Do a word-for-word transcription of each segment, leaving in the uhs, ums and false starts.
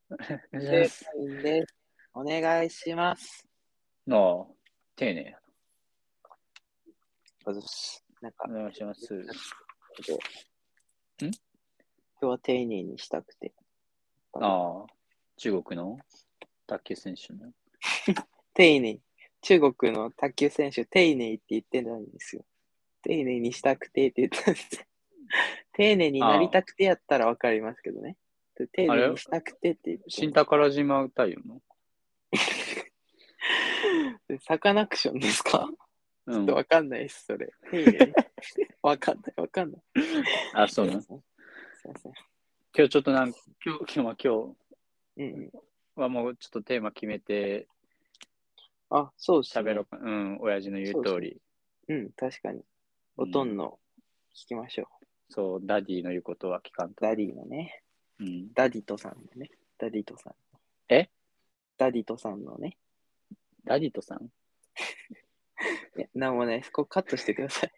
お願いしまで、 す。 で、お願いします。 ああ、丁寧やあずしなんか、 な。お願いします。ん今日は丁寧にしたくて。 ああ、中国の卓球選手の。 丁寧。中国の卓球選手、丁寧って言ってないんですよ。丁寧にしたくてって言ったんです。丁寧になりあたくてやったらわかりますけどね。丁あ、あれ、 寧にしたくてって言って新ます。 宝島太陽のサカナクションですか？ うん。 ちょっとわかんないです、それ。丁寧に。わかんない、わかんない。 あ、そうな。 すいません。すいません。 今日ちょっとなん、今日、今日は今うんうん。 日はもうちょっとテーマ決めてあ、そうですね。 喋ろうか。うん、親父の言うそうですね。 通り。 うん、確かに。おとんうん。 の聞きましょう。 そう、ダディの言うことは聞かんと。 ダディのね。 うん。 ダディトさんのね。ダディトさん。 えダディトさんのね。 ダディとさんいや、なんもないです。ここカットしてください。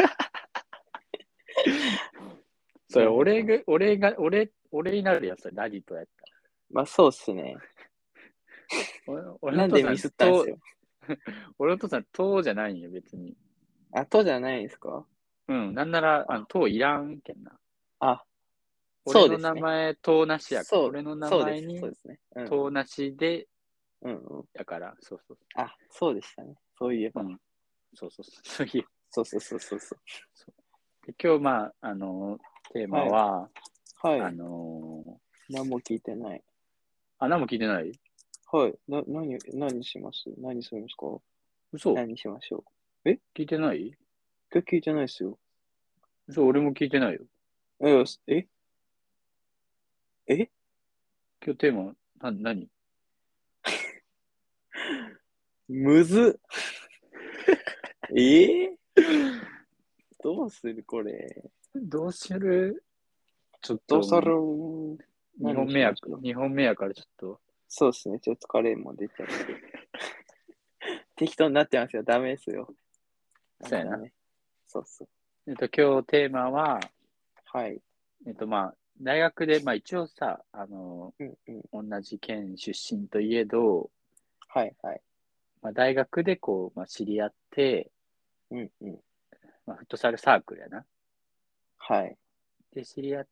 それ、 なんで、 俺が、俺が、俺、俺になるやつ、ダディとやったら。 まあそうっすね。 俺俺の父さん、 なんでミスったんですと、 よ。 俺の父さん、とじゃないんよ、別に。 あ、とじゃないですか？ うん、なんなら、あの、 あ、 といらんけんな。 あ、 俺の名そうですね。 前、となしや。 そう、 俺の名そうです。そう前に、 ですね。うん。 となしで、 うんうん。 やから、そうそう。 あ、そうでしたね。そういえば。 うん、そうそうそう。そういう。 そうそうそうそうそう。 そうで今日、まあ、あの、テーマはい。 は、あはい。 の何も聞いてない。 あ、何も聞いてないはい。な、何、何します何するんですか？ 嘘何しましょう？え？ 聞いてない今日聞いてないですよ。 嘘、俺も聞いてないよ。 え、ええ今日テーマ、な、何むずっ。えーどうするこれ。 どうするちょっともう、 どうする？ 2 何本目や、 しましょう？ 二本目やからちょっと、 そうですね。ちょっと疲れも出ちゃって。適当になってますよ。ダメですよ。ダそうやな。 メダメ。そうそう。 えっと、今日テーマは、 はい。 えっと、まあ、大学で、まあ一応さ、あの、 うんうん。 同じ県出身といえど、 はいはい。 まあ、大学でこう、まあ、知り合って、 うんうん。 まあ、フットサルサークルやな。 はい。 で、知り合って、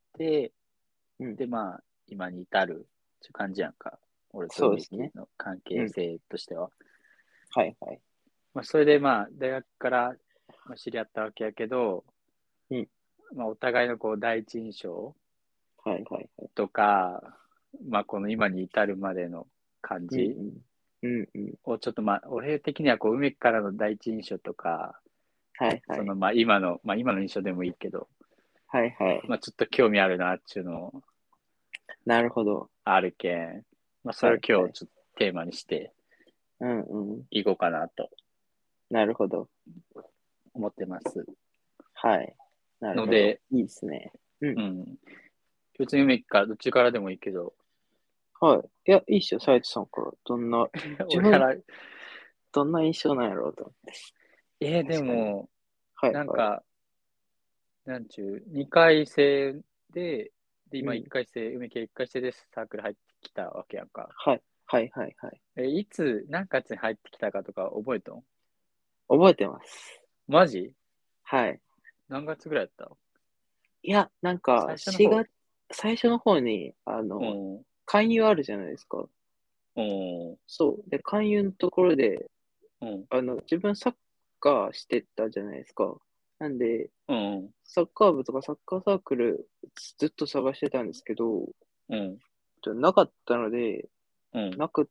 うん。 で、まあ、今に至るっていう感じやんか。俺と梅そうですね。 木の関うん。 係性としては。 はいはい。 まあ、それでまあ、大学からまあ知り合ったわけやけど、 うん。 まあ、お互いのこう第一印象はいはいはい。 とか、まあ、この今に至るまでの感じうんうん。うんうん。 をちょっとまあ、俺的にはこう、梅木からの第一印象とか、 はいはい。 そのまあ、今の、まあ、今の印象でもいいけど、 はいはい。 まあ、ちょっと興味あるなっていうのなるほど。 あるけん、まあ、それをはいはい。 今日ちょっとテーマにしてうんうん。 いこうかなとなるほど。 思ってます。 はい。なるほど。 ので、 いいですね。うん。 うん。別に梅木からどっちからでもいいけど、 はい。いや、いいっしょ。サイトさんから。どんな、自分、 俺から、 どんな印象なんやろうと思って。 えー、で確かに。 も、 はいはい。 なんか、なんちゅう、にかい生で、で、今1 うん。 回生、梅木いっかい生でサークル入ってきたわけやんか。 はい。はいはいはい。 え、いつ、何月に入ってきたかとか覚えとん覚えてます。 マジはい。 何月ぐらいやったいや、なんか、 最初のしが方つ、最初の方に、あの、 うん。うん。 勧誘あるじゃないですか。そう。で、勧誘のところで、 うん。 あの、自分サッカーしてたじゃないですか。なんで、 うん。 サッカー部とかサッカーサークルずっと探してたんですけど、 うん。 ちょなかったので、 うん。 なくって、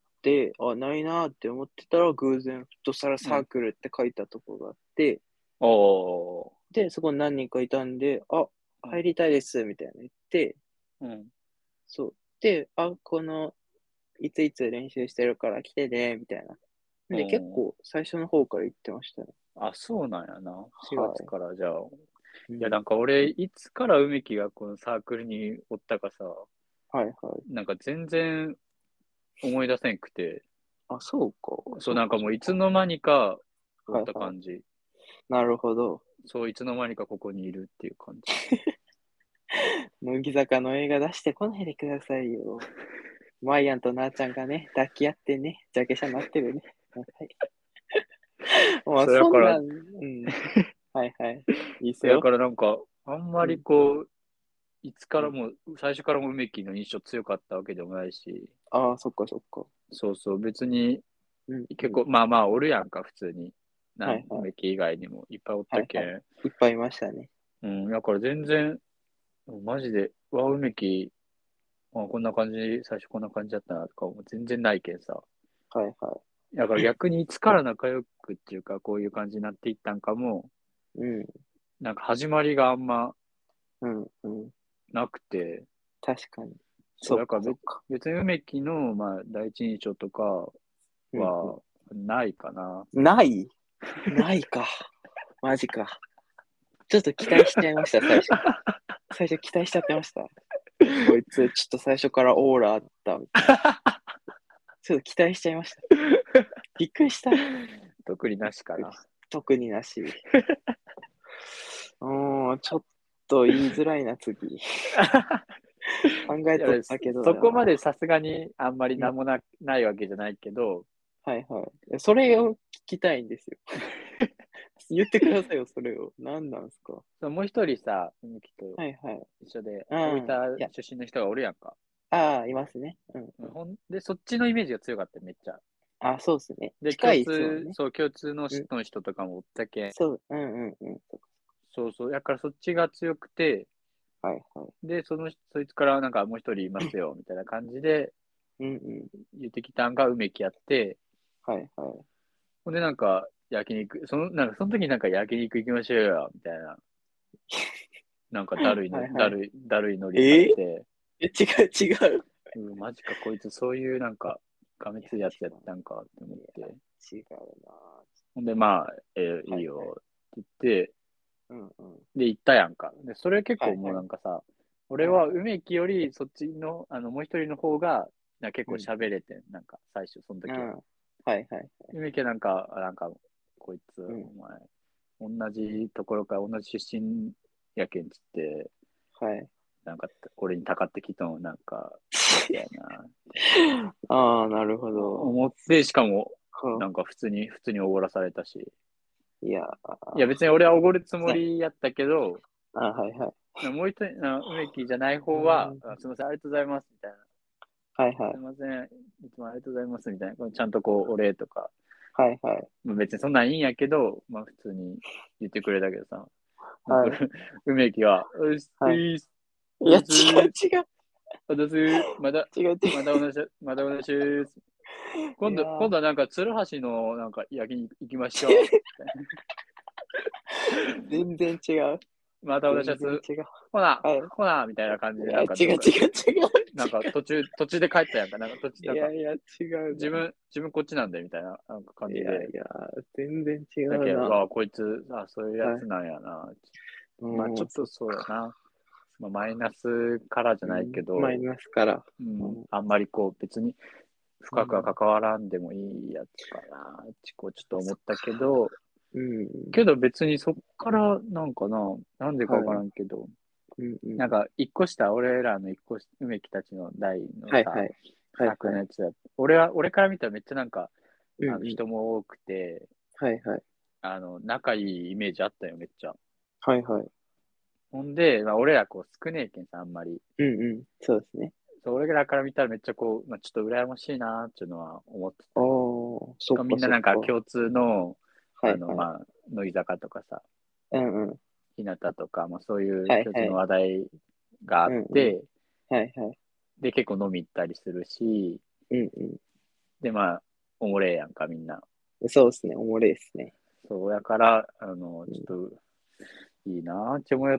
あ、ないなーって思ってたら、偶然、フットサルうん。 サークルって書いたところがあって、 おー。 で、そこに何人かいたんで、あ、 うん。 入りたいです、みたいな言って、 うん。 そう。で、あ、この、いついつ練習してるから来てね、みたいな。 うで、結ん。 構最初の方から言ってましたね。 あ、そうなんやな。しがつはからじゃあ。いい。うや、なんん。 か俺、いつから梅木がこのサークルにおったかさ、 はいはい。 なんか全然思い出せんくて、 あ、そうか。 そう、 そうなんかもういかそうか。 つの間にかおったはいはい。 感じ。 なるほど。 そう、いつの間にかここにいるっていう感じ。 乃木坂の映画出してこないでくださいよ。 マイアンとなーちゃんがね、抱き合ってね、ジャケ写になってるね。はい。まあ、 それだから、 そんなん、うん。はいはい。いいっすよ。 だからなんか、あんまりうん。 こう、いつかうん。 らも、最初からも梅木の印象強かったわけでもないし、 ああ、そっかそっか。 そうそう、別にうんうん。 結構、まあまあ、おるやんか、普通に。なんはいはい。 梅木以外にもいっぱいおっはいはい。 たけん。 いっぱいいましたね。 うん、だから全然、マジで、わ、梅木、あ、こんな感じ、最初こんな感じだったなとか、もう全然ないけんさ。 はいはだから逆にいつから仲良くっていうか、こういう感じになっていったんかも、 い。うん。 なんか始まりがあんまうんうん。 なくて、 確かに。 そう、 そっだから別かそっか。 別に梅木の、まあ、第一印象とかうんうはないかな。 ん。ないないか。マジか。ちょっと期待しちゃいました、最初。最初期待しちゃってました。こいつ、ちょっと最初からオーラあったみたいな。ちょっと期待しちゃいました。びっくりした。 特になしかな。 びっくりした。特になし。うーん、ちょっと言いづらいな、次。考えいや、 とったけどそこまな。 でさすがにあんまりうん、 なんもな、ないわけじゃないけど、 はいはい。それを聞きたいんですよ。言ってくださいよ、それを。何なんすか。 そのもう一人さ、梅木とはいはい。 一緒で、 うん。 大分いや、 出身の人がおるやんか。 ああ、いますね。うんうん。 ほんで、そっちのイメージが強かった、めっちゃ。 あ、そうですね。 で、共近いですもん通、 ね。 そう、共通のうん。 人の人とかもおったけん。 そう、うんうんうん。 そうそう。だからそっちが強くて、 はいはい。 で、その、そいつからなんかもう一人いますよ、みたいな感じでうんうん。 言ってきたんが梅木やって、 はいはい。 ほんでなんか焼肉、その、なんかその時になんか焼肉行きましょうよ、みたいな、なんかだるいの、 はいはい。 だるい、だるいノリになっえー、 て、 え、違う違う。 うん、マジかこいつそういうなんか、がめいや、 ついやつやっ違う。 たんかって思っいや、 て。 違うな。 ほんでまあ、えーいいはいはい。 よって言って、 うんうん。 で、行ったやんか。で、それ結構もうはいはい。 なんかさ、俺はいはい。 は梅木よりそっちの、あの、もう一人の方が、な結構うん喋れてん、なんか最初、そのうん。 時は。 はいはい。 梅木はなんか、なんか、こいつ、 うん。 お前、同じところから同じ出身やけんつって、 はい。 なんか、俺にたかってきとん、なんか、やつやな、 ああ、なるほど。 思って、しかも、 か。 なんか普通に、普通におごらされたし。 いやいや、別に俺はおごるつもー、ね。 りやったけど、 あーはいはい。 もう一人、あ梅木じゃない方は、 うん。 あすみません、ありがとうございます、みたいな。 はいはい。 すみません、いつもありがとうございます、みたいな。ちゃんとこう、お礼とか、 はいはい。 まあ別にそんなんいいんやけど、まあ普通に言ってくれたけどさ、なんか、 はい。 梅木は、うっす、うはい。 いっす、 いや、違ううっす、 違う。 私、まだ、 違う違まだ同じ、まだ同じです。 う。い今度、今やー、 度はなんか、鶴橋の、なんか、焼肉行きましょう。 全然違う。 また同じ全です。 然違う。 ほな、 はい。 ほな、みたいな感じで、 いや、違なんかどっか、 う違う違う違なんか途中、途中で帰ったやんか。なんか途中、なんか、 う。いやいや、違うな。 自分、自分こっちなんで、みたいな、なんか感いじで。 やいや、全然違だけど、 うな。 わあ、こいつ、あ、そういうやはい。 つなんやな。まあ、ちょうん、 っとそっか。 そうやな。まあ、マイナスからじゃないうん、 けど、 マイナスから。 うん、 うん、 あんまりこう、別に深くはうん、 関わらんでもいいやつかな。ちこう、ちょっと思ったそっか。 けど、 うん、 けど別にそっからなんかな、なんでかわからはい。 んけど、 うん、うん。 なんか一個下、俺らの一個下、梅木たちの代のさ、 はいはい。はいはい。 作のやつだ。俺は、俺から見たらめっちゃなんか、 うん、 あのうん。 人も多くて、 はいはい。 あの、仲いいイメージあったよ、めっちゃ。 はいはい。 ほんで、まあ、俺らこう少ねえけんさ、あんまり。 うんうん。そうですね。 そう、俺らから見たらめっちゃこう、まあ、ちょっと羨ましいなっていうのは思ってああ、 た。しそっかかもみんななんかそっか。 共通の、あの、 はいはい。 まあ、乃木坂とかさ、 うんうん。 日向とか、まあそういう共通のはいはい。 話題があっうんうん。 て、 はいはい。 で、結構飲み行ったりするし、 うんうで、まあ、おもれえやんか、みんな。 ん。そうですね。おもれいですね。 そうやから、あの、 うん、 ちょっといいなって思って、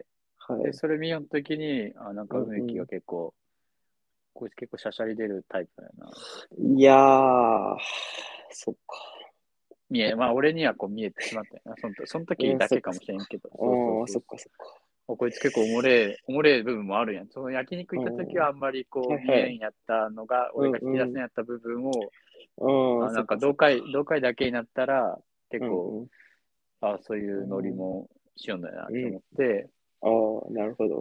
で、 はい。 それ見よんときに、あ、なんかうん梅木がう結構、こいつ結構しゃしゃり出るタイプだよな。 ん。いやー、そっか。 見え、まあ俺にはこう見えてしまったよな。そのその時うん、 だけかそっかそっか。 もしれんけど、そうそうおー、 そう。 そっかそっか。 おこいつ結構おもれえ、おもれえ部分もあるやん。その焼肉行った時うん。 はあんまりこう見はいはい。 えんやったのが、 う俺が引き出んうん。 せんやった部分を、 うん、 あ、 そなんかっかそっか。 同会、同会だけになったら、結構、 うんうん。 あ、そういうノリうん。 もしようんだなって思うん。 って、 ああ、なるほど。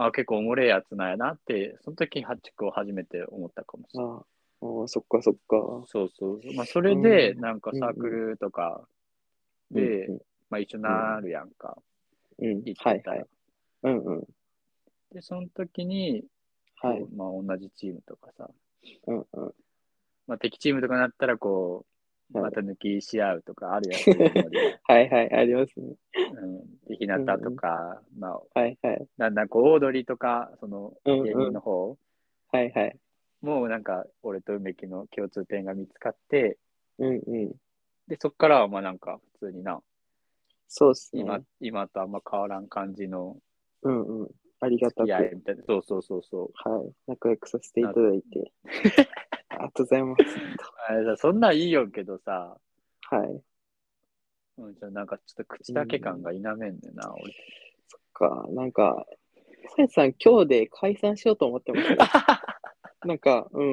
あ、結構おもれえやつなんやなって、その時にハチクを初めて思ったかもしれない。 ああ、あそっかそっか。 そうそう。まあ、それうん。 で、なんかうんサークルとかうん。 で、 うんまあ一緒にうん。 なるやんか。 うん。 行ってたら。 はいはい。うんうん。 で、その時に、 はい。 こう、まあ同じチームとかさ、 うんうん。 まあ敵チームとかになったら、こう、 はい。 また抜きし合うとかあるやん、そういうノリが。 はいはい、ありますね。 うん。で、日向とうんうん。 か、まあ、 はいはい。 だんだんこう、オードリーとか、その芸うんうん。 人の方はいはい。 もうなんか、俺と梅木の共通点が見つかって、 うんうん。 で、そっからはまあなんか、普通にな、 そうっす今、 ね。 今とあんま変わらん感じのうんうん。ありが付き合いたく、 みたいな。そうそうそうそはい。仲良くさせてう。 いなただいて、ありがとうございます。 あれさ、そんなんいいよけどさ、 はい。 うん、じゃなんかちょっと口うだけ感ん。 が否めんねんな、俺。 か、なんか、さやさん、今日で解散しようと思ってます。なんか、うん。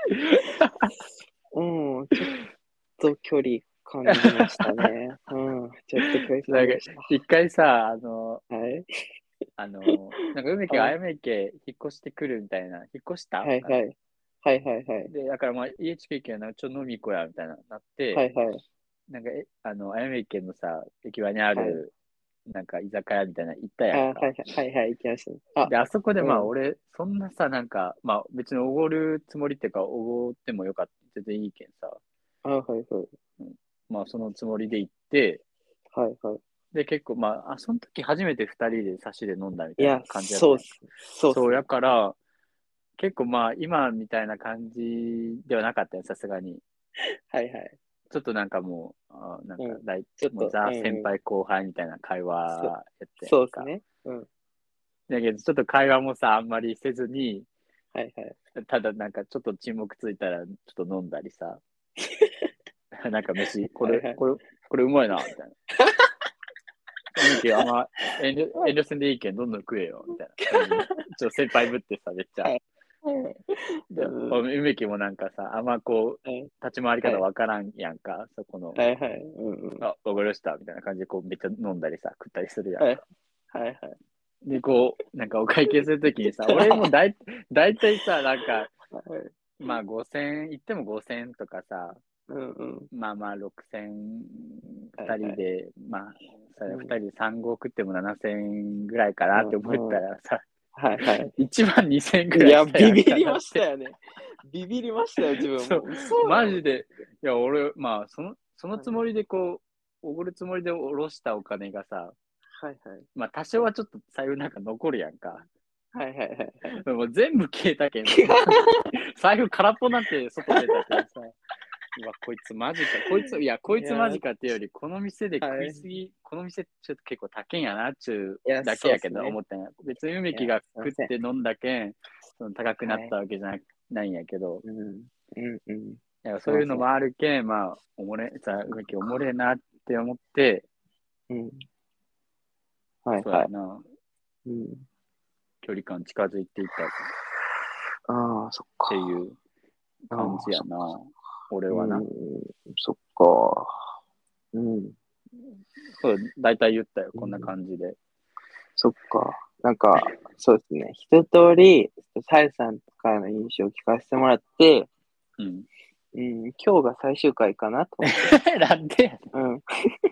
うん、ちょっと距離感じましたね。うん、ちょっと距離なんか、 感じまし一回さ、あの、 た。はい。 あの、なんか梅木があはい。 やめ家引っ越してくるみたいな、引っ越したかな。 はいはい。はいはいはい。 で、だからまあ、家近いけど、なんかちょっと飲み行こうや、みたいな、なって、 はいはい。 なんか、え、あの、あやめ池のさ、駅前にあはい。 る、なんか居酒屋みたいなの行ったやあ、はいんか。 はいはいはい、行きましたね。あ、 で、あそこでまあ、 うん。 俺、そんなさ、なんか、まあ、別におごるつもりっていうか、おごってもよかった。全然いいけんさ。 あ、はいはい。 うん、まあ、そのつもりで行って、 はいはい。 で、結構、まあ、あ、その時初めて二人で差しで飲んだみたいないや、 感じだったやんか。 そうっす。そうっそう、やすね。 から、結構まあ、今みたいな感じではなかったよ、さすがに。 はいはい。 ちょっとなんかもう、あなんうん。 か大、もうちょっと、うザ先んうん。 輩後輩みたいな会そ、 話やってやんか。 そうっすね。うん。 だけど、ちょっと会話もさ、あんまりせずに、 はいはい。 ただなんかちょっと沈黙ついたら、ちょっと飲んだりさ、なんか飯、これ、 はいはい。 これ、これうまいな、みたいな。ゆき、あんま遠慮、遠慮せんでいいけん、どんどん食えよ、みたいな感じの。ちょっと先輩ぶってさ、めっちゃ。 はい。はい。 で、 うん。 梅木もなんかさ、あんまこう、 はい。 立ち回り方はい。 わからんやんか、そこの、 はいはい。うんうん。 あ、わかりました、みたいな感じで、こう、めっちゃ飲んだりさ、食ったりするやんはい。 か。 はいはい。 で、こう、なんかお会計するときにさ、俺もだい、だいたいさ、なんか、 はい。 まあごせん、言ってもごせんとかさ、 うんうん。 まあまあろくせん、二はいはい。 人で、まあ、さ、 うん。 二人でさんご食ってもななせんえんぐらいかなって思っうんうん。 たらさ、 はいはい。 いちまんにせんえんぐいや、 らいしたやんかビビりましたなって。 よね。ビビりましたよ、自分そう、 も。嘘やろ。 マジで、いや、俺、まあ、その、そのはいつもりでこう、おごるつもりで下ろしたお金がさ、 はいはい。 まあ多少はちょっと財布なんか残るやんか。 はいはいはいはい。 もう全部消えたけんさ、その財布空っぽなんて外出たけんさ、うわ、こいつマジか。こいつ、いや、こいいやー、 つマジかっていうより、この店で食はい。 いすぎ、この店ちょっと結構高いんやなっちゅいや、 うだけやけど、 そうっすね。 思ったんや。別に梅いや、 木が食っすいません。 て飲んだけん、その高くなっはい。 たわけじゃなないんやけど、 うん。うんうん。 いや、 すいません。 そういうのもあるけん、まあ、おもれ、さ、梅木おもれえなって思って、 うん。はいはい。 そうやな、 うん。 距離感近づいていったっああ、そっか。 ていうあ感じあ、そっか。 やな、俺はな。 うん。そっか。うん。 そう、大体言ったよ、こんなうん。 感じで。 そっか。なんか、そうですね。一通り、サイさんからの印象を聞かせてもらって、 うん。 うん、今日が最終回かなと思ってます。 なんでやうん。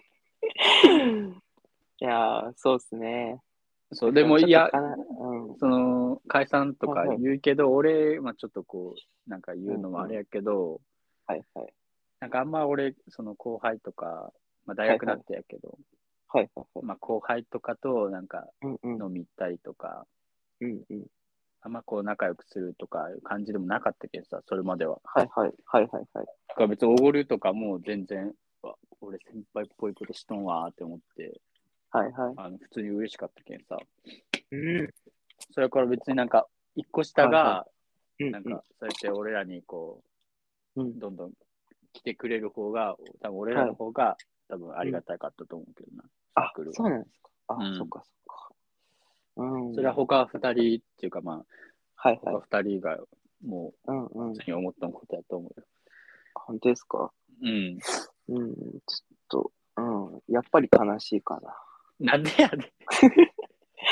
いやー、そうですね。 そう、 だからでも、いや、 ちょっとかな、うん。 その、解散とかはいはい。 言うけど、俺、まあちょっとこう、なんか言うのもうんうん。 あれやけど、 はいはい。 なんかあんま俺、その後輩とか、まあ大学だっはいはい。 てやけど、 はいはいはい。 まあ後輩とかとなんかうんうん。 飲み行ったりとか、 うんうん。 あんまこう仲良くするとかいう感じでもなかったけどさ、それまでは。 はいはい。はいはいはい。 だから別におごるとかも全然、わ俺先輩っぽいことしとんわーって思って、 はいはい。 あの普通に嬉しかったけんさ。 うん。 それから別になんか、一個下はいはい。 が、 うんうん。 なんか、そうやって俺らにこうん。 う、どんどん来てくれる方が、多分俺らはい。 の方が、多分あうん。 りがたかったと思うけどな、サーあ、 クルは。 そうなんですか。あ、そっうん。 かそっか。うん。 それは他二人っていうかまあ、他はいはい。 二人がもう、 うんうん。 普通に思ったことやと思うよ。 本当ですか。 うん。 うん。ちょっと、うん。やっぱり悲しいかな。 なんでやねん。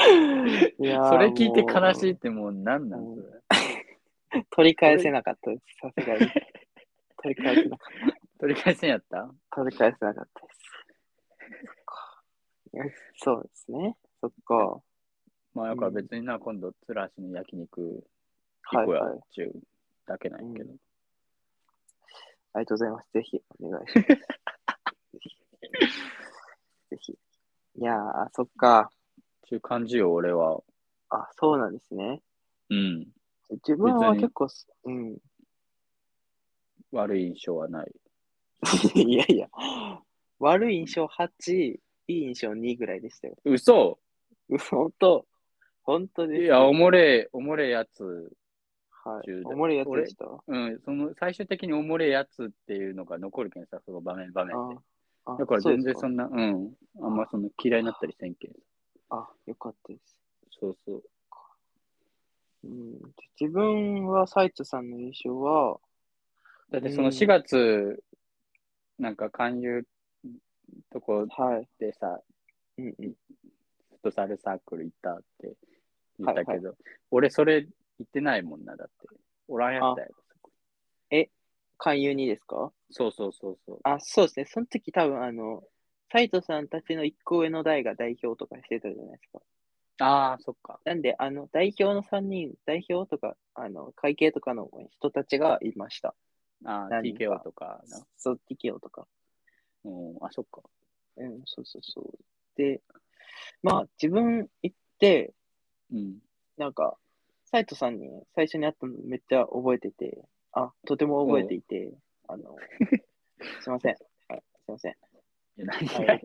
いやーそれ聞いて悲しいっもてもう何なんうそれ。 取り返せなかったです。さすがに。取り返せなかった。 取り返せんやった？ 取り返せなかったです。そっか。いやそうですね。そっか。 まあ、だからうん。 別にな、今度、つらしに焼肉行こうやっはいはい。 ちゅうだけなんやけど。 うん。ありがとうございます。ぜひ、お願いします。ぜひ、ぜひ。いやー、そっか。 ちゅう感じよ、俺は。 あ、そうなんですね。 うん。 自分別には結構す、うん。 悪い印象はない。 いやいや、悪い印象はち、いい印象にぐらいでしたよ。 嘘。 本当、本当いや、 ですよ。 おもれ、おもれやつはい。 中だ。 おもろいやつで俺、 した。あうん、その、最終的におもれやつっていうのが残るけんさ、その場面場面で。 あ、 だからそうですか。 全然そんな、うん、あんまその嫌いになったりせんけん。 あ、よかったです。 そうそう。 うん、自分はサイトさんの印象は、 だってそのうん、 しがつ、なんか勧誘とこはい。 でさ、 うんうん。 フットサルサークル行ったって言っはいはい。 たけど、俺それ行ってないもんな、だって。おらんやっあ、 たやろ、そこ。 え、勧誘にですか？ そうそうそうそう。 あ、そうですね。その時多分あの、サイトさんたちの一個上の代が代表とかしてたじゃないですか。 ああ、そっか。 なんで、あの、代表のさんにん、代表とか、あの、会計とかの人たちがいました。 ああ、 何人ティーケーオーか。 とかな。 そう、ティケオとか。 うん、あ、そっか。 うん、そうそうそう。で、まあ、自分行って、 うん。 なんか、サイトさんに最初に会ったのめっちゃ覚えてて、あ、とても覚えおう。 ていて、あの、すいません。はい、すいません。 いや、何はい、 がや。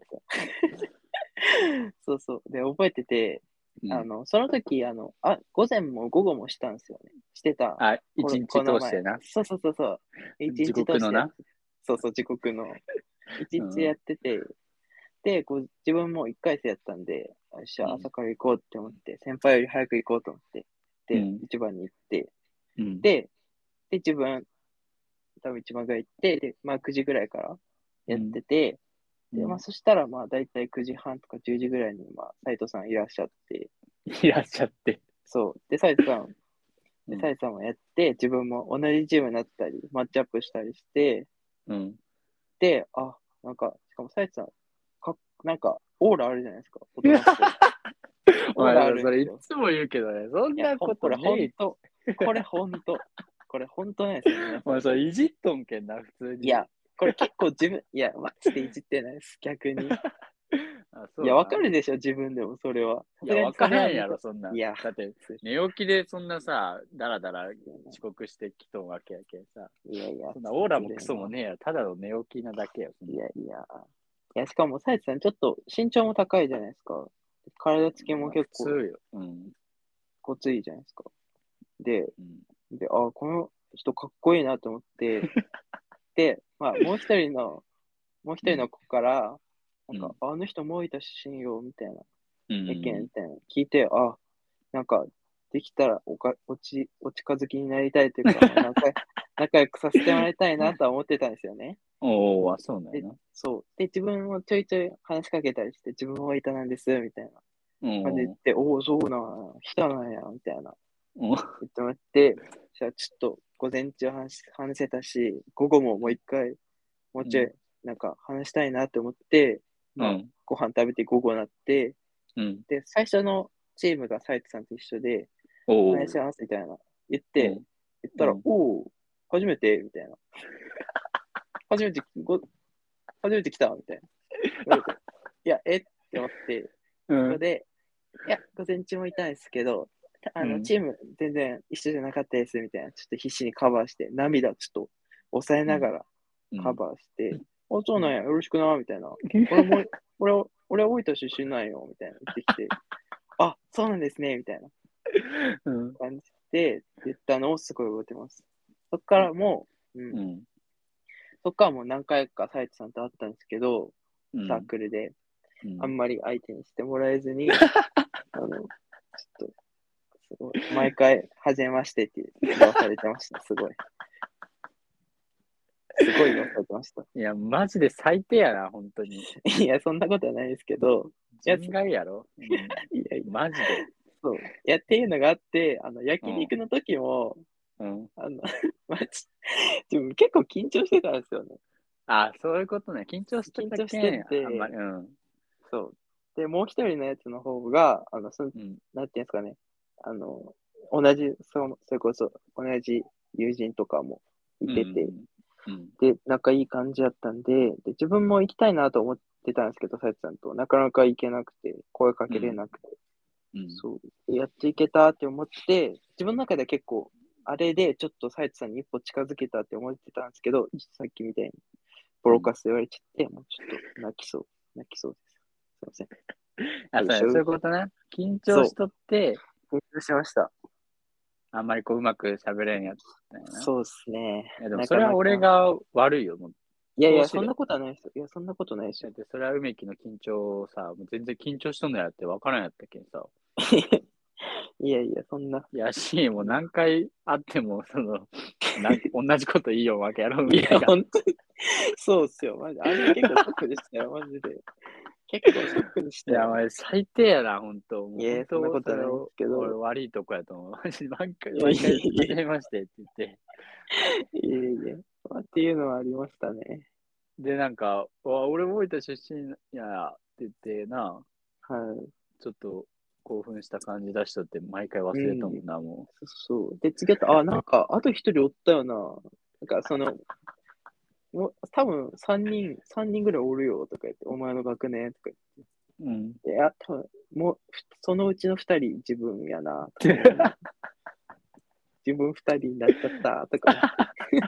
そうそう。で、覚えてて、 うん。 あの、その時、あの、あ、午前も午後もしたんですよね。してた。 あ、 これ、 一日この前。 通してな。 そうそうそうそう。一地日通してやっ、 獄のな。 そうそう、時刻の。一うん。 日やってて、で、こう、自分も一回生やったんで、よっしゃ、 うん。 朝から行こうって思って、先輩より早く行こうと思って、で、 うん。 一番に行って、 うん。 で、で、自分、多分一番ぐらい行って、で、まあくじぐらいからやっうん。 てて、で、まあうん。 そしたら、まあ大体くじはんとかじゅうじぐらいに、まあ、斉藤さんいらっしゃって、 いらっしゃって。 そう。で、斉藤さん、で、 うん。 斉藤さんもやって、自分も同じチームになったり、マッチアップしたりして、 うん。 で、あ、なんか、しかも斉藤さん、かっ、なんか、オーラあるじゃないですか。大人っぽい。 お前オーラあさ、それいるんですよ。 つも言うけどね、そんいや、ほん、 なことこれほねえ。 んと、これほんと、これほんとなんですよ、皆さん。 お前それいじっとんけんな、普通に。 いや、これ結構自分、いや、マジでいじってないです、逆に。 あ、 いや、わかそうな。 るでしょ、自分でも、それは。さいや、 すがにわかそれは認らんやろ、そんなん。 いや、 だって、 そう寝起きでそんなさ、だらだら遅刻してきとんわけやけんさ。 いやいや、 そんなオーラもク失礼な。 ソもねえやろ。ただの寝起きなだけよ、そんな。 いやいや。いや、しかも、サイツさん、ちょっと身長も高いじゃないですか。体つきもまあ、普結構通よ。うん。 ごついじゃないですか。で、 うん。 で、あ、この人かっこいいなと思って、で、まあ、もう一人の、もう一うん。 人の子から、なんか、 うん。 あの人もいた出身よ、みたいなう意見ん。 みたいなの聞いて、あ、なんか、できたらおか、おち、お近づきになりたいというか、まあ、仲、仲良くさせてもらいたいなとは思ってたんですよね。 おお、あ、そうなんやで、 な。 そう。で、自分もちょいちょい話しかけたりして、自分もいたなんです、みたいな感じで言っおて、おお、そうなん、人なんや、みたいなお。 言ってもらって、じゃあちょっと午前中話話せたし、午後ももう一回、もうちょい、 うん。 なんか話したいなって思って、まあ、 うん。 ご飯食べて午後になって、 うん。 で、最初のチームがサイトさんと一緒で、 おお。 お願いします、みたいな。言って、 うん。 言ったら、 うん。 おお、初めてみたいな。初めて、ご、初めて来たみたいな。言われて、いや、えって思って、 うん。 そこで、いや、午前中もいたんですけど、あの、 うん。 チーム全然一緒じゃなかったです、みたいな。ちょっと必死にカバーして、涙ちょっと抑えうん。 ながらうん。 カバーして、あ、そううん。 なんや、よろしくな、みたいな。俺も、俺、俺は大分出身なんよ、みたいな言ってきて、あ、そうなんですね、みたいなうん。 感じで言ったのをすごい覚えてます。そっからもう、うん、 うん。 そっからもう何回かサイトさんと会ったんですけど、サーうん。 クルで、 うん。 あんまり相手にしてもらえずに、あの、ちょっと、すごい、毎回、はじめましてって言わされてました、すごい。すごい言わされてました。 いや、マジで最低やな、本当に。 いや、そんなことはないですけど、 や人外やろ、うん、 いやいや、 マジで。 そう。いや、っていうのがあって、あの、焼肉の時も、 うん。 あの、マジ、自分結構緊張してたんですよね。 あ、そういうことね。緊張して緊張してたけん、あんまり、 て、 うん。 そう。で、もう一人のやつの方が、あの、その、 うん。 なんていうんですかね、あの、同じ、その、それこそ、同じ友人とかもいうてて、 ん。うん。 で、仲いい感じだったんで、で、自分も行きたいなと思ってたんですけど、さやつさんと、なかなか行けなくて、声かけれなくて、 うん。 そう、やっと行けたって思って、自分の中では結構、あれでちょっとさやつさんに一歩近づけたって思ってたんですけど、さっきみたいに、ボロカス言われちゃって、もうちょっと泣きそう、泣きそうです。すいません。 あ、そうそうよいしょ。 いうことね。緊張しそとって、 う、緊張しました。 あんまりこううまく喋れんやったんやな。 そうですね。 いや、でもなそれはかなか。 俺が悪いよ。もういやいや、 そうしろ。 そんなことはないですよ。いや、そんなことないですよ。 だってそれは梅木の緊張をさ、もう全然緊張しとんのやって分からんやったけんさ。 いやいや、そんな。 いやし、もう何回会っても、その、な同じこといいよ、わけやろ、 いや、 梅木が。 本当に、そうっすよ。マジ。あれ結構ショックでしたよ、マジで。結構ショックでしいや、 たよ。 お前最低やな、本当もういや、 本当、 そんなことはないんですそれを、俺けど。 悪いとこやと思う。マジ毎回、 いやいや毎回、 いやい初めましてって言って。 やいやいや。まあっていうのはありましたね。 で、なんか、わ俺も大分出身やって言ってな、 はちょっと興奮した感じ出しとって、毎回忘い。うん。 れとんもんな、もそう。で、次あった、あ、なんか、あと一人おったよな。なんか、その、もう、多分三人、三人ぐらいおるよとか言って、お前の学年とかう。うん。 言って、いや、多分もう、そのうちの二人自分やな、とか思いながら自分二人になっちゃったとか思って。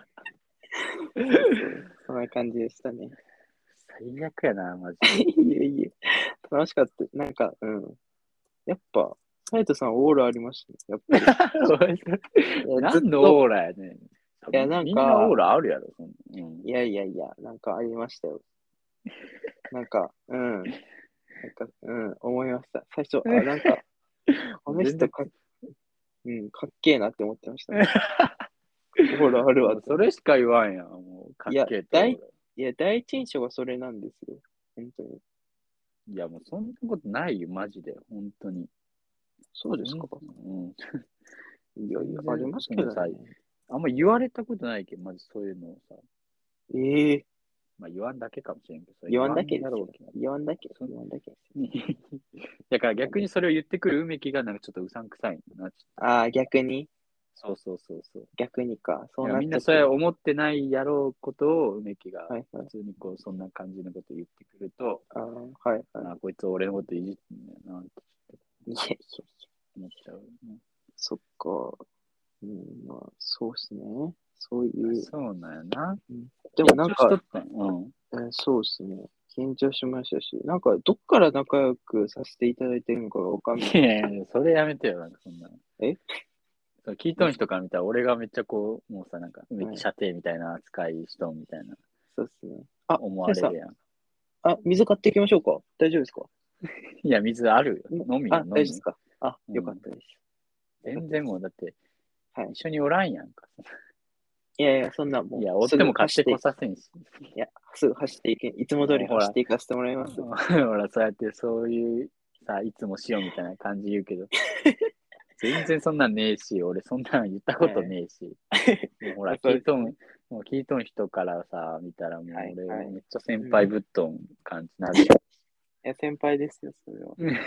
そうそう。そんな感じでしたね。 最悪やな、マジで。 いえいえ。楽しかった。なんか、うん。やっぱ、ハヤトさんオーラありましたね。やっぱり。いや、ずっと、 何のオーラやねん。 いや、なんみんなオーか、 ラあるやろ、そんな。うん。 いやいやいや、なんかありましたよ。なんか、うん。なんか、うん、思いました。最初、あ、なんか、この全然、 人か、うん、かっけえなって思ってましたね。オーラあるわもうって思って。 それしか言わんやん。もう、かっいや、 けえとオ第、 ーラ。 いや、第一印象がそれなんですよ。本当に。 いや、もうそんなことないよ、マジで。本当に。 そうですか。 全うん。 いやいや、あり全然、 ますそのさ、 けどね。 あんま言われたことないけど、まずそういうのをさ、 ええまあ言わんだけかもしれんけど、それ言わん言わんだけですよ。 やろうけど。 言わんだけ、 そ言わんだけですよ。 だから逆言わんだけにそれを言ってくる梅木がなんかちょっとうさんくさいな。 ああ、逆にそうそうそうそう。 逆にか。そういやなっちゃってる。 みんなそれ思ってないやろうことを梅木がはいはい。 普通にこうそんな感じのこと言ってくると、 ああ、はいはあこいつ俺のこといじってんだよなってい。いやいや、 思っちゃう、ね。 そっか。うん、まあ、そうっすね。そういう。 そうなんやな。 うん、でも緊張しとなんか、 ったんうん。 えーそうですね。緊張しましたし、なんか、どっから仲良くさせていただいてるのかがわかんない。 いやいや、それやめてよ、なんかそんな。 えそう聞いとんですか？ 人から見たら俺がめっちゃこう、もうさ、なんか梅はい。 木射程みたいな扱いしとんみたいなそうですね。あ、 思さやさん。 われるやん。 あ、水買っていきましょうか？大丈夫ですか？ いや、水あるよ。 ん飲みよ、 あ、大丈夫飲み。 ですか？あ、 うん。 よかったです。よかっ全然たです。 もうだって、 はい。 一緒におらんやんか。 いやいや、そんなもう、 いや、追っすても買ってぐ走って、 こさせんし。 いや、すぐ走っていけ、いつも通りもうほら、 走っていかせてもらいます。 ほら、そうやってそういうさ、いつもしようみたいな感じ言うけど、全然そんなんねえし、俺そんなん言ったことはい。 ねえし、もうほまあ、 ら、 そう聞いとん、 ですね。 もう聞いとん人からさ、見たらはい、 もう俺はい。 めっちゃ先うん。い輩ぶっとん感じになるやや、先輩ですよ、それは。 ん。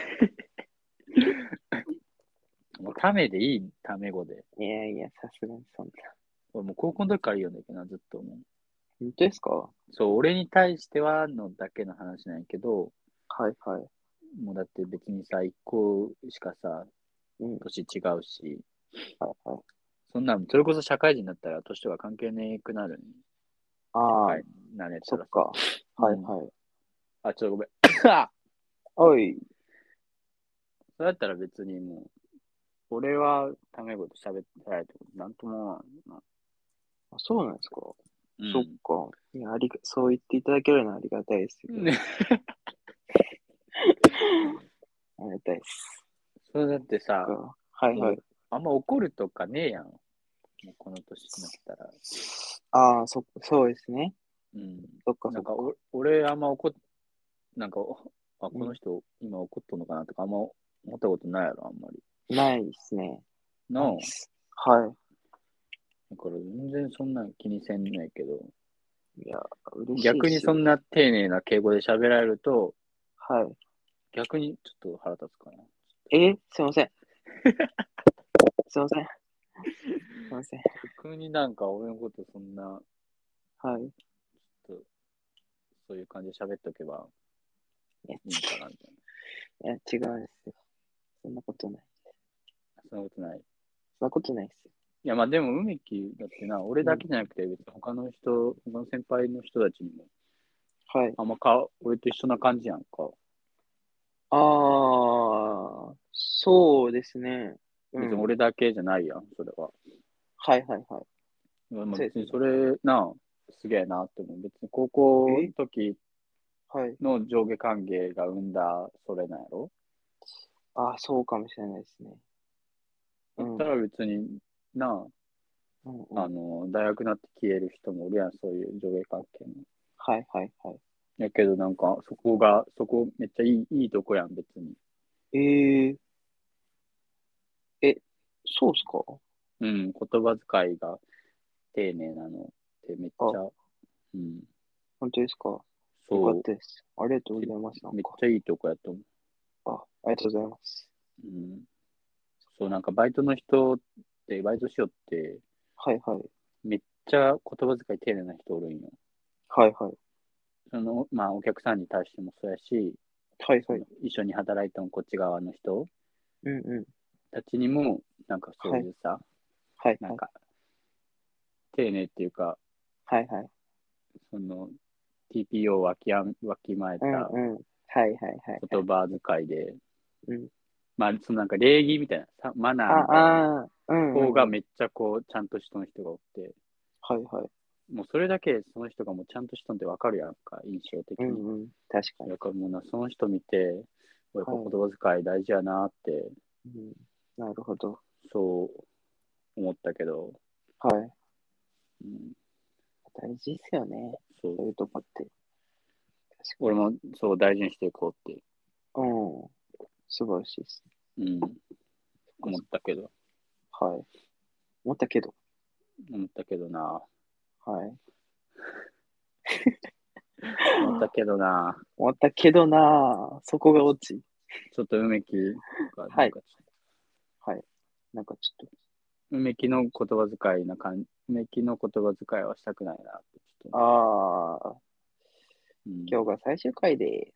もうためでいい、ため語で。 いやいや、さすがにそんな。 俺もう高校の時から言うんだけどな、ずっともう。 本当ですか？ そう、俺に対してはのだけの話なんやけど、 はいはい。 もうだって別にさ、一個しかさ、 うん。 年違うし、 はいはい。 そんなん、それこそ社会人になったら年とか関係ねえくなるね。社ああ、 会になれたらさ。 そっか。 うん。 はいはい。 あ、ちょっとごめん。 おい。 そうやったら別にもう、俺はタメ語で喋ってないってことなんとも思わんな。 あ、そうなんですか。 うん。 そっか。いや、ありが、そう言っていただけるのはありがたいですよ。 ねありがたいです。 そうだってさ、 そっか。はいそうはい。 あんま怒るとかねえやん。もうこの年になったら。 ああ、そ、そうですね。 うん。 そっかそっか。 なんかお、俺あんま怒っ、なんかおあ、この人今怒っとんのかなとかあんま思ったことないやろ、あんまり。 ないですね。 なあ。 ないっす。はだから全然そんなん気にせんねんけど、 い。いや、嬉しい逆っすよ。 にそんな丁寧な敬語で喋られると、 はい。 逆にちょっと腹立つかな。 えすいません。すいません。すいません。 逆になんか俺のことそんな、 はい。 ちょっとそういう感じで喋っとけばいや、 いいんかなみたいいや違うんですよ。そんなことない。 な。そんなことない。 そんなことないですよ。 いや、まあでも、梅木だってな、俺だけじゃなくて、別に他の人、他の先輩の人たちにも、 はい。 あんまか、俺と一緒な感じやんか。 ああ、そうですね。うん。 別に俺だけじゃないやん、それは。 はいはいはい。 まあそうですね。 別にそれな、すげえなって思う。別に高校えの時はい。 の上下関係が生んだそれなんやろ。 ああ、そうかもしれないですね。うん。 だったら別にな、 うんうん。 あの、大学になって消える人もおるやん、そういう上下関係の。 はいはいはい。 やけどなんか、そこが、そこめっちゃいい、いいとこやん、別に。 えええ、そうっすか？ うん、言葉遣いが丁寧なのってめっちあ、 ゃ、うん、 本当ですか？よかっそたです。ありがとうう、 ございます。なんか。 めっちゃいいとこやと思あ、ありがとうございます。 う。うん、そう、なんかバイトの人って、バイトしよって、 はいはい。 めっちゃ言葉遣い丁寧な人おるんよ。 はいはい。 その、まあ、お客さんに対してもそうやし、 はいはい。 その一緒に働いたこっち側の人うんうん。 たちにも、なんかそうはい。 いうさ、 はいはい。 なんか、丁寧っていうか、 はいはい。 その、ティーピーオー をわきあわきまえうんたうん。はいはいはいはい。 言葉遣いで、 うん。 まあ、そのなんか礼儀みたいな、さマナあ、 ーみたいなああ、うんう方がんうん。 めっちゃこう、ちゃんとしたの人がおって、 はいはい。 もうそれだけその人がもうちゃんとしたんってわかるやんか、印象的に。 うんうん。確かに。 だからもうな、その人見て、やっぱ言はい。 葉遣い大事やなって、 うん。なるほど。 そう思ったけど、 はい。 うん、 大事ですよね。 そう、 そういうとこって。確か俺もそう大事にしていこうって、 に。うん。素晴らしいです。 うん、思っそっかそったけど、 か。はい。思ったけど。 思ったけどな、 はい。 思ったけどな、 思ったけどなぁ。そこがオチ。 ちょっと梅木がなはい。 んかはい。なんかちょっと。 梅木の言葉遣いな感じ、梅木の言葉遣いはしたくないなってちょっと思っああ、 た。うん。 今日が最終回です。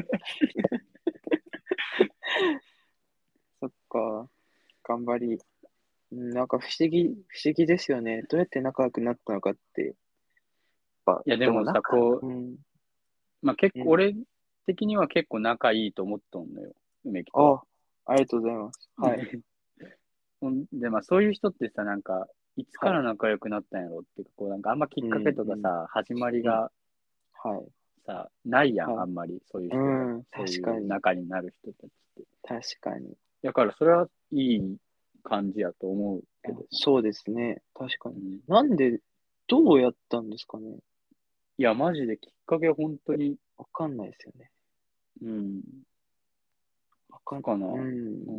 そっか。頑張り。うんなんか不思議、不思議ですよね。どうやって仲良くなったのかって。やっぱ、 いや、でもさ、 でも仲、 こうん、 う、まあ結構、 うん。 俺的には結構仲いいと思っとんのよ、梅木とは。 あ、ありがとうございます。はい。 ほんで、まあそういう人ってさ、なんか、いつはい。 から仲良くなったんやろっていうか、こうなんかあんまきっうん、 かけとうん、 かさ、始まりうん。 がはい。 さ、ないやん、 はい。 あんまり、そういう人たち、 うん、 そう確かに。 いう仲になる人たちって。 確かに。 だからそれはいい感じやと思うけどな。 そうですね。確かに。 うん、 なんで、どうやったんですかね。 いや、マジできっかけは本当に、 わかんないですよね。 うん、いわかん、 つかな。 うん。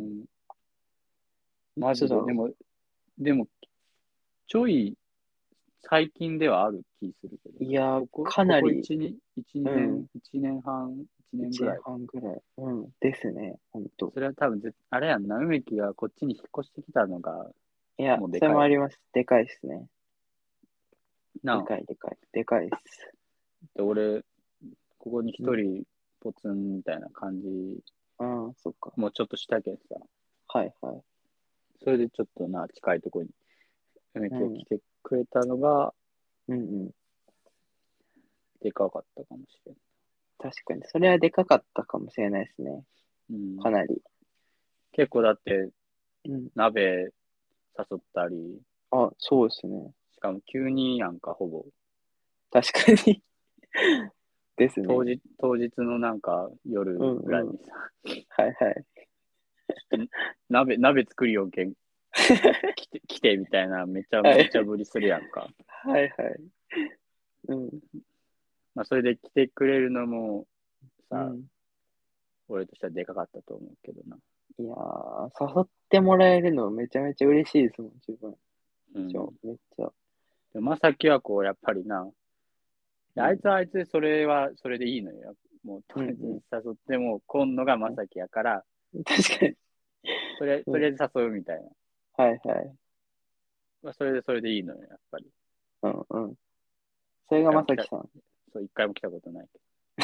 うん、 いマジで、でつだろも、でも、ちょい最近ではある気するけどう。いな。 やー、 ここ、ここかなり、 いち、にいち、2年、 うん。 いちねんはん、いちねん一年ぐらい。 半ぐらい。うん。ですね。ほんと。 それは多分ぜ、あれやんな、梅木がこっちに引っ越してきたのが、 いや、それもうでかいやん。 もあります。でかいですね。でなあ、 かい、でかい。でかいです。 で俺、ここにうん。 一人ポツンみたいな感じ、 うん、そっか。 もうちょっとしたけどさ、 はいはい。 それでちょっとな、近いところに梅うん。 木が来てくれたのが、 うんうん。 でかかったかもしれん。 確かに。それはでかかったかもしれないですね。 うん、 かなり。 結構だって、 うん。 鍋誘ったり、 あ、そうですね。 しかも急にやんか、ほぼ。 確かにですね。 当日、当日のなんか夜うんうん。 ぐらいにさ、 はいはい。 ちょっと鍋、鍋作りよけん、来て、来てみたいな、めちゃはい。 無茶ぶりするやんか。 はいはい。うん。 まあ、それで来てくれるのもさ、 うん。 俺としてはでかかったと思うけどな。 いやー、誘ってもらえるのめちゃめちゃ嬉しいですもん、自分。 うん。 そう、めっちゃ。 でまさきはこう、やっぱりな、 うんあいつはあいつでそれはそれでいいのよ。もううん友達に誘っても、今度がまさきやから、 確かに。 とりあえず、 うんとりあえず誘うみたいな。 はいはい。 まあ、それでそれでいいのよ、やっぱり。 うんうん。それがまさきさん。 そう、一回も来たことないけ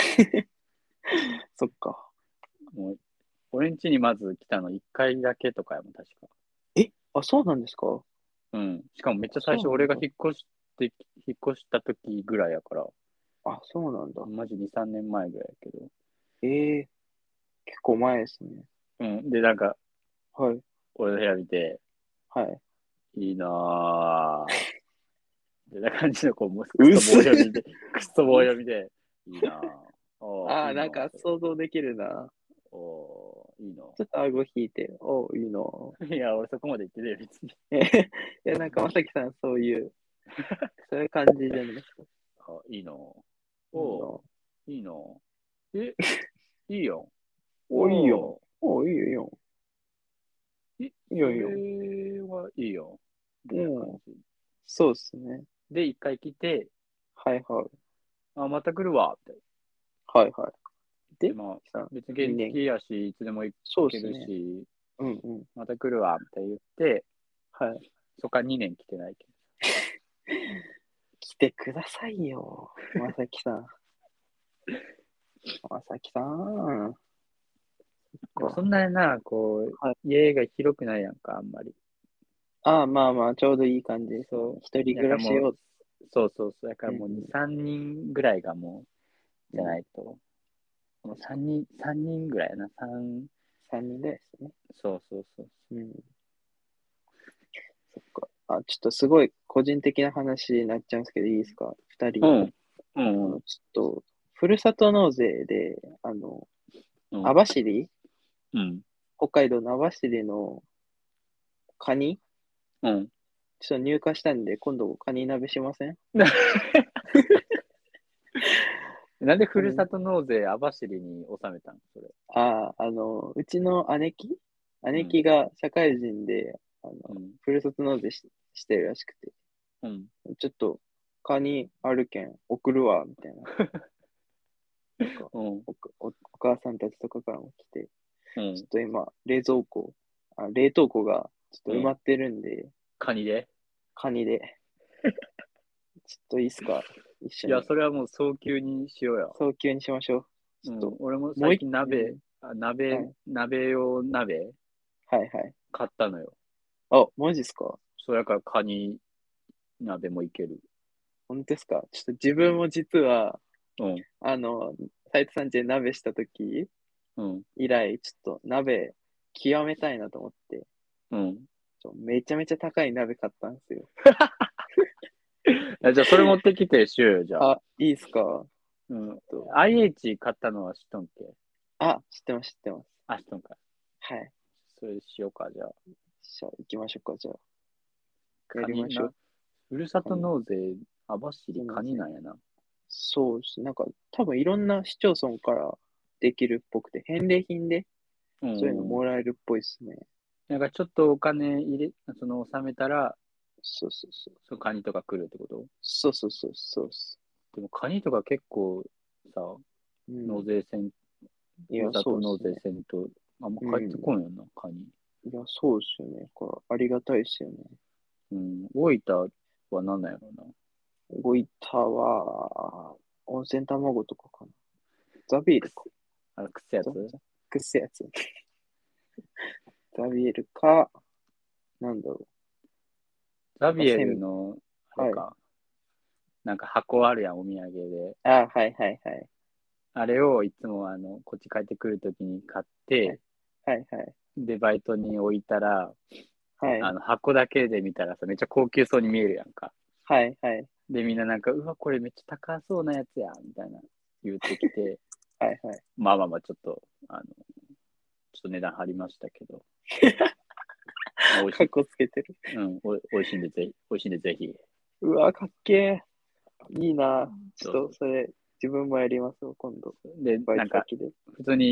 そっか。 ど。もう、俺ん家にまず来たの一回だけとかやもん、確か。 え、あ、そうなんですか？ うん。しかもめっちゃ最初そうなんだ俺が引っ越して、引っ越した時ぐらいやから、 あ、そうなんだ。 マジに、さんねんまえぐらいやけど。 ええ結構前ですね。 うん。で、なんか、 はい。 俺の部屋見て、 はい。 いいなぁ。みたいな感じの、こう、もうクうっすソ棒読みで、クソ棒読みで、いいなぁ。おああ、 ーいいなんかのそれ。 想像できるな。 おーいいのちょっと顎引いて、おう、いいの。 いや、俺そこまで言ってねえよ、別に。 えいや、なんかまさきさん、そういう、そういう感じじゃないですか。 あ、いいのいいおの。 ーいいのえ、いいよ。 お、いいよ。 おお、いいよ、いいよ。 ーい、そいいよ、いいよ。 れはいいよ。みたいな感うん。 じ。 そうっすね。 で、一回来て、 はいはい。 あ、また来るわ、って。 はいはい。 で、 で、 まあ、 さん、 別に元にねん。 気やし、いつでも行けるそうっすね。 し、 うんうん。 また来るわ、って言って、 はい。 そっからにねん来てないけ来てくださいよ。まさきさん。まさきさん。 ど。でもそか。 んなにな、こう、 はい。 家が広くないやんか、あんまり。 ああ、まあまあ、ちょうどいい感じですね。 そう。 一人暮だからもう、 らしを。 そうそうそう。だからもうに、 うんうんさんにんぐらいがもう、じゃうん。 ないと。もうさんにん、さんにんぐらいやな。さん、 三人ですね。 そうそうそう。 うん。そっか。あ、ちょっとすごい個人的な話になっちゃうんですけど、いいですか？二人。 うん。うんうん。 あの、ちょっと、ふるさと納税で、あの、 うん。 網走うん。 北海道の網走のカニうん。 ちょっと入荷したんで、今度カニ鍋しません？ なんでふカニ。 るさと納税網走に納めたのそれ。 ああ、あの、うちの姉貴うん。 姉貴が社会人で、あの、 うん。 ふるさと納税し、してるらしくて、 うん。 ちょっと、カニあるけん送るわ、みたいな。なんか、 うん。 お、お、お母さんたちとかからも来て、ちょっうん。 と今、冷蔵庫、あ、冷凍庫がちょっとうん。 埋まってるんで、 カニでカニで、ちょっといいっすか？一緒いや、 に。 それはもう早急にしようよ。 早急にしましょう。ちうん。 ょっと、 俺も最もう一、 近鍋、 うん、 あ鍋、 はい、 鍋用鍋はい、はい。 買ったのよ。 あ、マジっすか？ それからカニ鍋もいける。 本当ですか？ちょっと自うん。 分も実は、 うん。 あの、斉藤さんちで鍋したときうん。 以来、ちょっと鍋極めたいなと思って、 うん。 ちょめちゃめちゃ高い鍋買ったんですよ。 あじゃあ、それ持ってきて、しようよ、じゃあ。 あ、いいっすか？ うん。 とアイエイチ 買ったのは知っとんけあ、知ってます、知ってます。 あ、知っとんか。 はい。 それしようか、じゃあ。 じゃあ、行きましょうか、じゃあ。やカニな、 りましょう。 ふるさとカニ。 納税、網走カすいません。 ニなんやな。 そうです。なんか、多分いろんな市町村からできるっぽくて、返礼品でうそういうのん。 もらえるっぽいですね。 なんかちょっとお金入れ、その、納めたら、 そうそうそう。 そのカニとか来るってことそうそうそうそうっす。 でもカニとか結構さ、 うん。 納税船、 いや、 ふるさと納税そうっすね。 船と、あんま帰ってうん。 こんよな、カニ。 いや、そうっすよね。これ、ありがたいっすよね。 うん。大分は何なんやろな。 大分は、温泉卵とかかな。ザビエルか。 あの、くせやザ、 つザ、くっせやつ。ザビエルか、なんだろう。なんか、 ザビエせん、 ルの、あれはい。 か、なんか箱あるやん、お土産で。 あ、はいはいはい。 あれをいつもあの、こっち帰ってくるときに買っはい。 て、 はいはい。 で、バイトに置いたら、 はい。 あの、箱だけで見たらさ、めっちゃ高級そうに見えるやんか。 はいはい。 で、みんななんか、うわ、これめっちゃ高そうなやつや、みたいな言ってきて、 はいはい。 まあまあまあ、ちょっと、あの、ちょっと値段張りましたけど、まあ、美味しい、 かっこつけてる。 うん、お美味しいんで、ぜひ、美味しいんで、ぜひ、 うわ、かっけー。いいな。ちそうそうょっと、それ、自分もやりますよ、今度。 で、 バイなんか、 ト先で。 普通に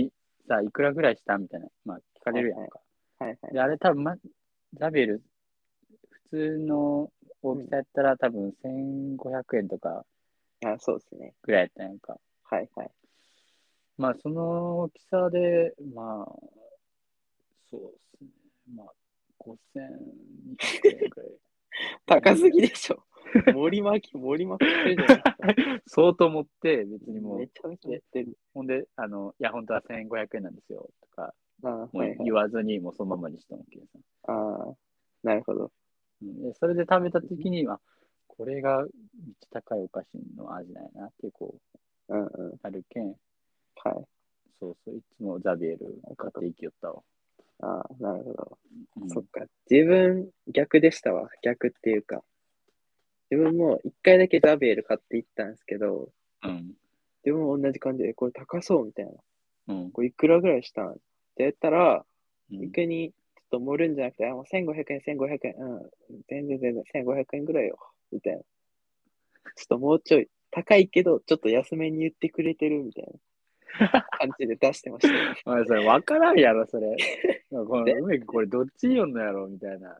さ、いくらぐらいしたみたいな、まあ聞かれるやんか。 はいはい。 で、あれ多分、ま、ザビエル、普通の大きさやったら多分せんごひゃくえんとかあ、そうですね。 ぐらいやったんやんか。 はいはい。 まあその大きさで、まあ、そうですね。まあ、ごせんにひゃくえんぐらい。 高すぎでしょ。盛り巻き、盛りまくってるじゃないですか。 相当持って、別にもう、 めちゃめちゃ持ってる。 ほんで、あの、いや、本当はせんごひゃくえんなんですよ、とか、 ああ、 もうはいはい。 言わずに、もうそのままにしたわけさ。 ああ、なるほど。 うん、でそれで食べたときには、これがめっちゃ高いお菓子の味なんやなっていう、こう、 うんうん。 あるけん、 はい。 そうそう、いつもザビエルなるほど。 買っていきよったわ。 ああ、なるほど。 うん。 そっか。自分、逆でしたわ。逆っていうか。自分も一回だけザビエル買っていったんですけど、 うん。 自分も同じ感じで、これ高そうみたいな。 うん。 これいくらぐらいしたんって言ったら、 うん。 逆に、ちょっと盛るんじゃなくて、あ、もうせんごひゃくえん、せんごひゃくえん、うん、全然全然せんごひゃくえんぐらいよ。みたいな。ちょっともうちょい、高いけど、ちょっと安めに言ってくれてるみたいな感じで出してましたね。 おい、それ分からんやろ、それ。こので、 梅木これどっち読んのやろみたいな。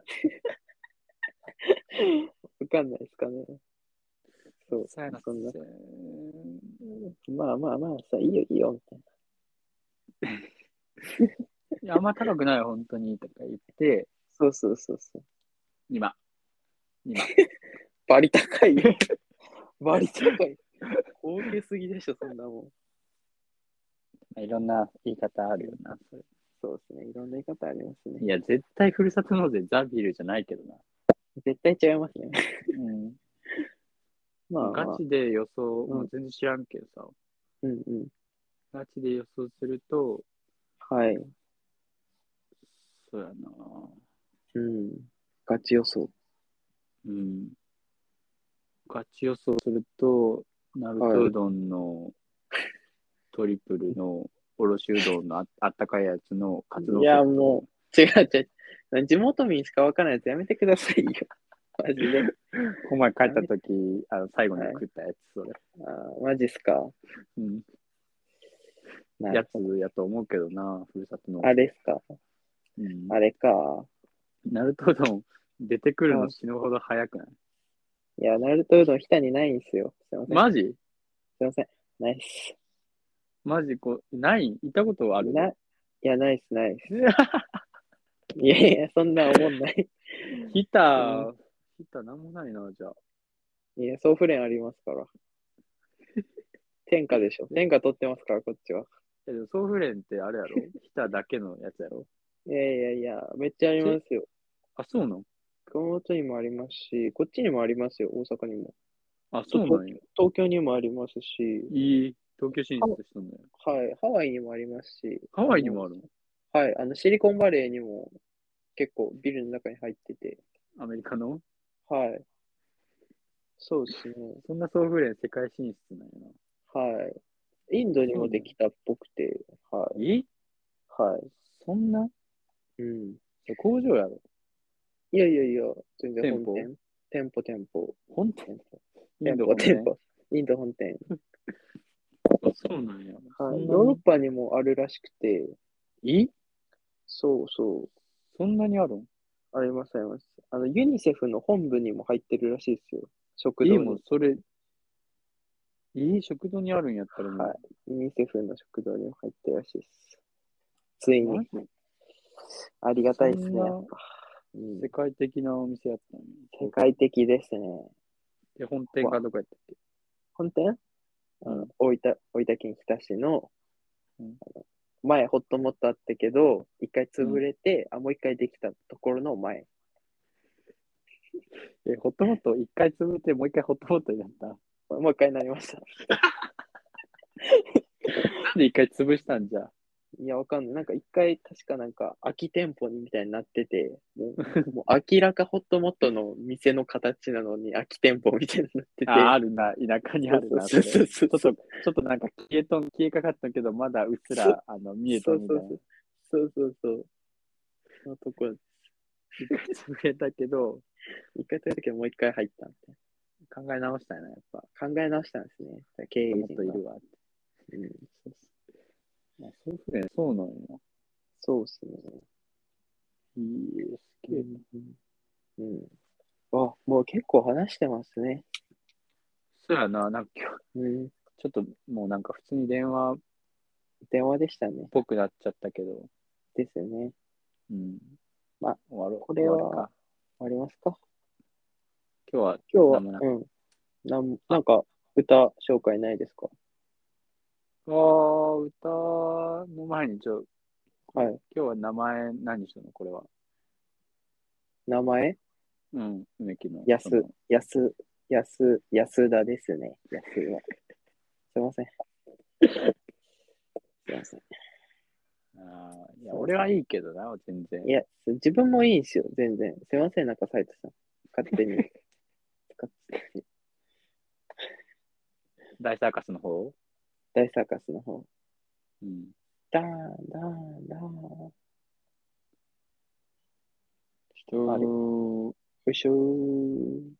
わかんないですかね。そう、 そうやなっそんな。 すよ。 まあまあまあ、さ、いいよいいよ、みたいいや、あんま高くないよ、本当に、とか言って、 な。そうそうそうそう。 今、今。 バリ高いよ。バリ高い。高級すぎでしょ、そんなもん。 いろんな言い方あるよな、それ。 そうですね。いろんな言い方ありますね。 いや、絶対ふるさと納税ザビールじゃないけどな。 絶対違いますね。 うん。 まあまあ。 ガチで予想、 うん。 もう全然知らんけどさ、 うんうん。 ガチで予想すると、 はい。 そうやな。 うん。ガチ予想。 うん。ガチ予想すると、ナルトはうどんのトリプルのおろしうどんのああったかいやつのカツい。い丼セッや、もト。 う、違う違う。地元民しかわからないやつやめてくださいよ。マジで。 この前帰ったやめて。 時、あの最後にはい。 食ったやつ、それ。 あー、マジっすか。 うん。やつなるほど。 やと思うけどな、ふるさと納税。 あれっすか。 うん。 あれか。 ナルトうどん出てくるのは死ぬほど早くない？ い。いや、ナルトうどん日田にないんすよ。すいません。すマジいません。ないっす。 マジこう、ない行ったことある？ な、いや、ないっす、ないっす。いやいや、そんな思んない。 ヒそんな、 タ、ヒタなんもないな、じゃあ。 いや、送付連ありますから。天下でしょ。天下取ってますから、こっちは。 え、でも送付連ってあれやろ？ヒタだけのやつやろ？ いやいやいや、めっちゃありち、 ますよ。 あ、そうなん？ 熊本にもありますし、こっちにもありますよ、大阪にも。 あ、 と東そうなんや。 東京にもありますし、 いい、東京進ハ出したんだよ。 はい、ハワイにもありますし、 ハあの、 ワイにもあるの？ はい、あの、シリコンバレーにも結構ビルの中に入ってて、 アメリカの？ はい、そうですね。 そんな送付連世界進出なんやな。 はい。インドにそうなの？ もできたっぽくて、はい、 えはい。 そんな？ うん。 工場やろ？ いやいやいや、全然店舗？ 本店。店舗、店舗。 本店？ 店舗、 イン店舗、 ド本店？ 店舗。インド本店。 あ、そうなんや。そはい。 んなに？ ヨーロッパにもあるらしくて、 えそうそそんなにあるん？ う、あります、あります。あの、ユニセフの本部にも入ってるらしいですよ。食え、 堂に。 もうそれ、え食堂にあるんやったらもう、 はい。ユニセフの食堂にも入ってるらしいです。ついに。 マジ？ ありがたいですね、 そんなやっぱ。うん。 世界的なお店やったのに。 世界的ですね。 で、本店がわ、 どこやったっけ？ 本店あの、 うん。 大分、大分県日田市の、 うん。 前、ホットモットあったけど、一回うん、 潰れて、あ、もう一回できたところの前。 え、ホットモット一回潰れて、もう一回ホットモットになった？なもう一回になりました。 んで一回潰したんじゃ？ いや、わかんない。なんか一回、確かなんか空き店舗にみたいになってて、もう、もう明らかホットモットの店の形なのに空き店舗みたいになってあ、 て、 あるな。田舎にあるな、 そうそうそれ。 そうそうそう。 ちょっと、ちょっとなんか消えとん、消えかかったけど、まだうっすら、あの、見えとんみたいな。 そうそうそう。そうそうそう。のとこ、 一回潰れたけど、 一回やったけどもう一回入ったみたい考え直したいな、やっぱ。 な。考え直したんですね。経ホットモッ営陣が。 トいるわって。 うん。 そうあ、そうですね、そうなんや。 そうっすね。 いいですけど。 うん。あ、もう結構話してますね。 そうやな、なんか今日、 うん。 ちょっともうなんか普通に電話っ電話でしたね。 ぽくなっちゃったけど、 ですね。 うん。 まあ、 終わろこう、終れは、 わるか。 ありますか？ 今日は今日は、 何もなく。 うん。なん、 あ、 なんか、歌紹介ないですか？ あー歌の前にちょ、 はい。 今日は名前何にしたのこれは。 名前うん、梅木の、 やす、 その、 やす、やす、安田ですね。安は。すいません。すいません。すあーいや、 いません。 俺はいいけどな、全然。 いや、自分もいいんですよ。全然。すいません。なんか、斉藤さん。勝手に。勝手に大サーカスの方。 大サーカスの方。 うん。 ダーン、ダーン、ダーン。あれ、よ人、 いしょー。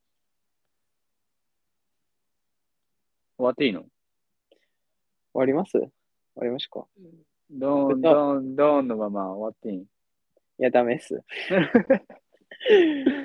終わっていいの？ 終わります終わりましょうか。 ドーン、 歌、 ドーン、ドーンのまま終わっていい？ いや、ダメっす。